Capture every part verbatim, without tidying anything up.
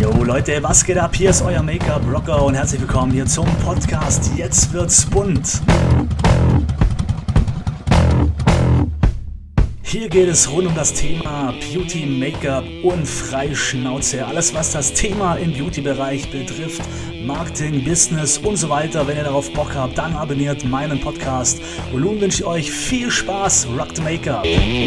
Yo Leute, was geht ab? Hier ist euer Make-up-Rocker und herzlich willkommen hier zum Podcast Jetzt wird's bunt. Hier geht es rund um das Thema Beauty, Make-up und Freischnauze. Alles, was das Thema im Beauty-Bereich betrifft, Marketing, Business und so weiter. Wenn ihr darauf Bock habt, dann abonniert meinen Podcast. Und nun wünsche ich euch viel Spaß. Rock the Make-up!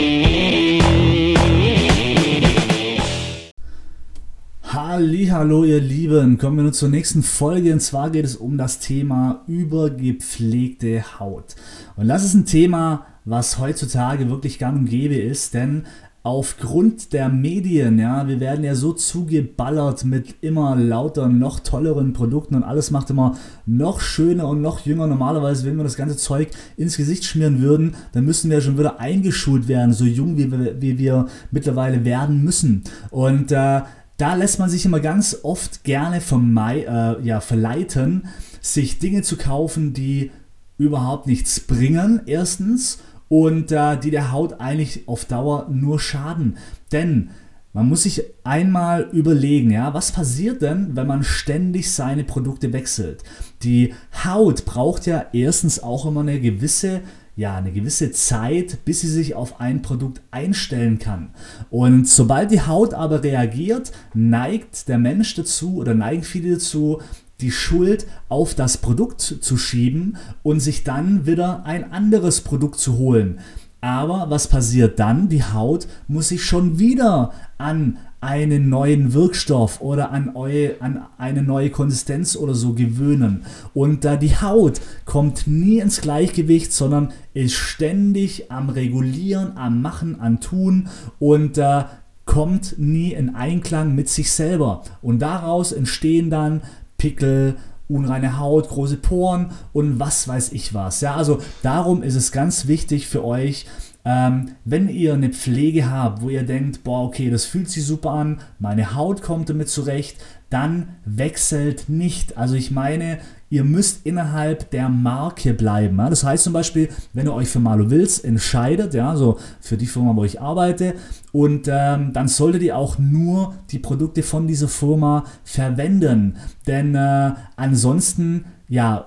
Hallihallo ihr Lieben, kommen wir nun zur nächsten Folge und zwar geht es um das Thema übergepflegte Haut. Und das ist ein Thema, was heutzutage wirklich gang und gäbe ist, denn aufgrund der Medien, ja, wir werden ja so zugeballert mit immer lauter, noch tolleren Produkten und alles macht immer noch schöner und noch jünger. Normalerweise, wenn wir das ganze Zeug ins Gesicht schmieren würden, dann müssten wir schon wieder eingeschult werden, so jung wie wir, wie wir mittlerweile werden müssen. Und äh, da lässt man sich immer ganz oft gerne vermei- äh, ja, verleiten, sich Dinge zu kaufen, die überhaupt nichts bringen, erstens, und äh, die der Haut eigentlich auf Dauer nur schaden. Denn man muss sich einmal überlegen, ja, was passiert denn, wenn man ständig seine Produkte wechselt? Die Haut braucht ja erstens auch immer eine gewisse ja, eine gewisse Zeit, bis sie sich auf ein Produkt einstellen kann. Und sobald die Haut aber reagiert, neigt der Mensch dazu oder neigen viele dazu, die Schuld auf das Produkt zu schieben und sich dann wieder ein anderes Produkt zu holen. Aber was passiert dann? Die Haut muss sich schon wieder an einen neuen Wirkstoff oder an, eu, an eine neue Konsistenz oder so gewöhnen. Und da die Haut kommt nie ins Gleichgewicht, sondern ist ständig am Regulieren, am Machen, am Tun und äh, kommt nie in Einklang mit sich selber. Und daraus entstehen dann Pickel, unreine Haut, große Poren und was weiß ich was. Ja, also darum ist es ganz wichtig für euch, ähm, wenn ihr eine Pflege habt, wo ihr denkt, boah, okay, das fühlt sich super an, meine Haut kommt damit zurecht, dann wechselt nicht. Also ich meine, ihr müsst innerhalb der Marke bleiben. Ja? Das heißt zum Beispiel, wenn ihr euch für Malo Wills entscheidet, ja, so für die Firma, wo ich arbeite, und ähm, dann solltet ihr auch nur die Produkte von dieser Firma verwenden. Denn äh, ansonsten, ja,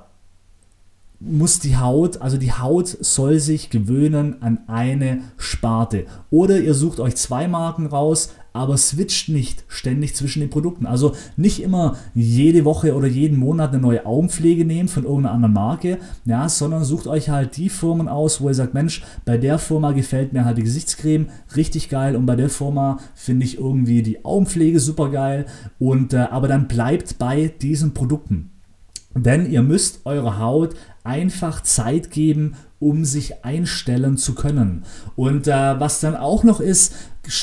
muss die Haut, also die Haut soll sich gewöhnen an eine Sparte. Oder ihr sucht euch zwei Marken raus, aber switcht nicht ständig zwischen den Produkten. Also nicht immer jede Woche oder jeden Monat eine neue Augenpflege nehmen von irgendeiner anderen Marke, ja, sondern sucht euch halt die Firmen aus, wo ihr sagt, Mensch, bei der Firma gefällt mir halt die Gesichtscreme richtig geil und bei der Firma finde ich irgendwie die Augenpflege super geil. Und, äh, aber dann bleibt bei diesen Produkten. Denn ihr müsst eurer Haut einfach Zeit geben, um sich einstellen zu können. Und äh, was dann auch noch ist,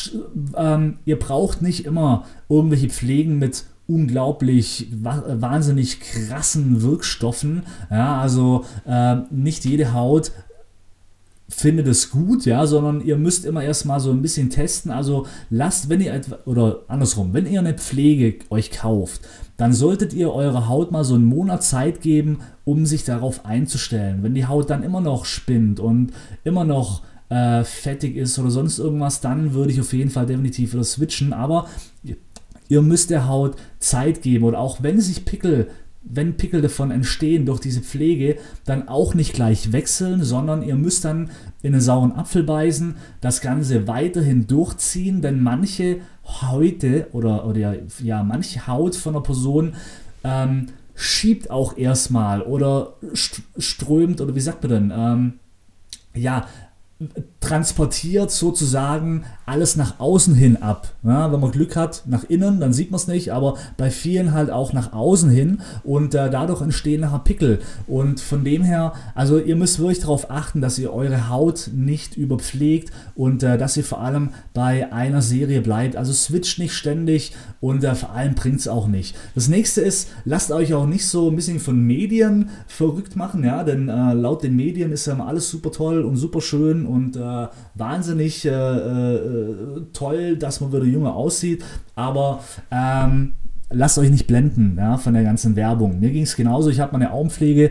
ähm, ihr braucht nicht immer irgendwelche Pflegen mit unglaublich wa- wahnsinnig krassen Wirkstoffen. Ja, also äh, nicht jede Haut findet es gut, ja, sondern ihr müsst immer erstmal so ein bisschen testen. Also lasst, wenn ihr etwa, oder andersrum, wenn ihr eine Pflege euch kauft, dann solltet ihr eurer Haut mal so einen Monat Zeit geben, um sich darauf einzustellen. Wenn die Haut dann immer noch spinnt und immer noch äh, fettig ist oder sonst irgendwas, dann würde ich auf jeden Fall definitiv wieder switchen. Aber ihr müsst der Haut Zeit geben und auch wenn sich Pickel wenn Pickel davon entstehen durch diese Pflege, dann auch nicht gleich wechseln, sondern ihr müsst dann in einen sauren Apfel beißen, das Ganze weiterhin durchziehen, denn manche Häute oder, oder ja, manche Haut von einer Person ähm, schiebt auch erstmal oder strömt oder wie sagt man denn, ähm, ja, transportiert sozusagen alles nach außen hin ab. Ja, wenn man Glück hat, nach innen, dann sieht man es nicht, aber bei vielen halt auch nach außen hin und äh, dadurch entstehen nachher Pickel. Und von dem her, also ihr müsst wirklich darauf achten, dass ihr eure Haut nicht überpflegt und äh, dass ihr vor allem bei einer Serie bleibt. Also switcht nicht ständig und äh, vor allem bringt es auch nicht. Das nächste ist, lasst euch auch nicht so ein bisschen von Medien verrückt machen, ja, denn äh, laut den Medien ist ja immer alles super toll und super schön und äh, wahnsinnig äh, äh, toll, dass man wieder jünger aussieht, aber ähm, lasst euch nicht blenden, ja, von der ganzen Werbung. Mir ging es genauso, ich habe meine Augenpflege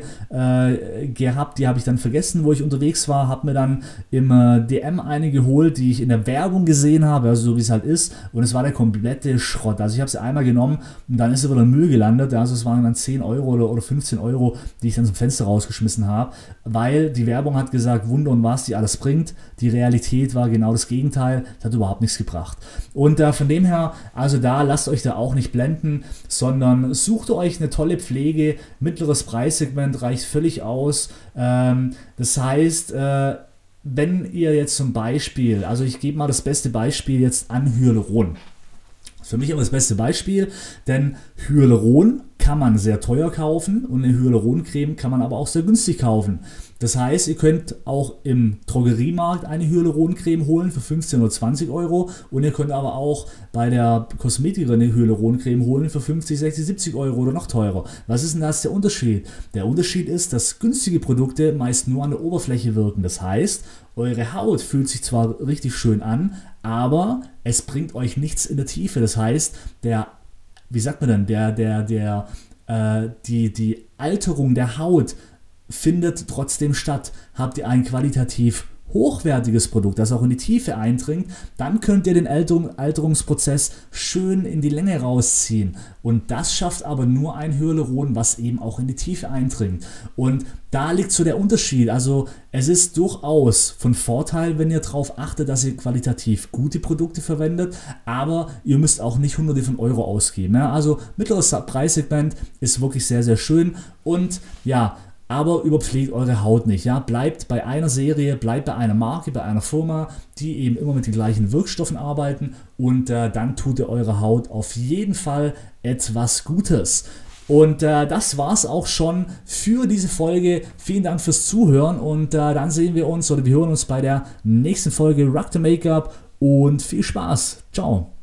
äh, gehabt, die habe ich dann vergessen, wo ich unterwegs war, habe mir dann im äh, D M eine geholt, die ich in der Werbung gesehen habe, also so wie es halt ist, und es war der komplette Schrott. Also ich habe sie einmal genommen und dann ist sie wieder in Müll gelandet, also es waren dann zehn Euro oder, oder fünfzehn Euro, die ich dann zum Fenster rausgeschmissen habe, weil die Werbung hat gesagt, Wunder und was die alles bringt, die Realität war genau das Gegenteil, das hat überhaupt nichts gebracht. Und äh, von dem her, also da lasst euch da auch nicht blenden, sondern sucht euch eine tolle Pflege, mittleres Preissegment reicht völlig aus. Ähm, das heißt, äh, wenn ihr jetzt zum Beispiel, also ich gebe mal das beste Beispiel jetzt an Hyaluron. Das ist für mich immer das beste Beispiel, denn Hyaluron kann man sehr teuer kaufen und eine Hyaluroncreme kann man aber auch sehr günstig kaufen. Das heißt, ihr könnt auch im Drogeriemarkt eine Hyaluroncreme holen für fünfzehn oder zwanzig Euro und ihr könnt aber auch bei der Kosmetikerin eine Hyaluroncreme holen für fünfzig, sechzig, siebzig Euro oder noch teurer. Was ist denn das der Unterschied? Der Unterschied ist, dass günstige Produkte meist nur an der Oberfläche wirken. Das heißt, eure Haut fühlt sich zwar richtig schön an, aber es bringt euch nichts in der Tiefe. Das heißt, der wie sagt man denn, der, der, der, äh, die, die Alterung der Haut findet trotzdem statt. Habt ihr ein qualitativ hochwertiges Produkt, das auch in die Tiefe eindringt, dann könnt ihr den Alterung, Alterungsprozess schön in die Länge rausziehen. Und das schafft aber nur ein Hyaluron, was eben auch in die Tiefe eindringt. Und da liegt so der Unterschied. Also es ist durchaus von Vorteil, wenn ihr darauf achtet, dass ihr qualitativ gute Produkte verwendet, aber ihr müsst auch nicht hunderte von Euro ausgeben. Ja? Also mittleres Preissegment ist wirklich sehr, sehr schön und ja, aber überpflegt eure Haut nicht. Ja? Bleibt bei einer Serie, bleibt bei einer Marke, bei einer Firma, die eben immer mit den gleichen Wirkstoffen arbeiten und äh, dann tut ihr eurer Haut auf jeden Fall etwas Gutes. Und äh, das war's auch schon für diese Folge. Vielen Dank fürs Zuhören und äh, dann sehen wir uns oder wir hören uns bei der nächsten Folge Rock the Make-up und viel Spaß. Ciao.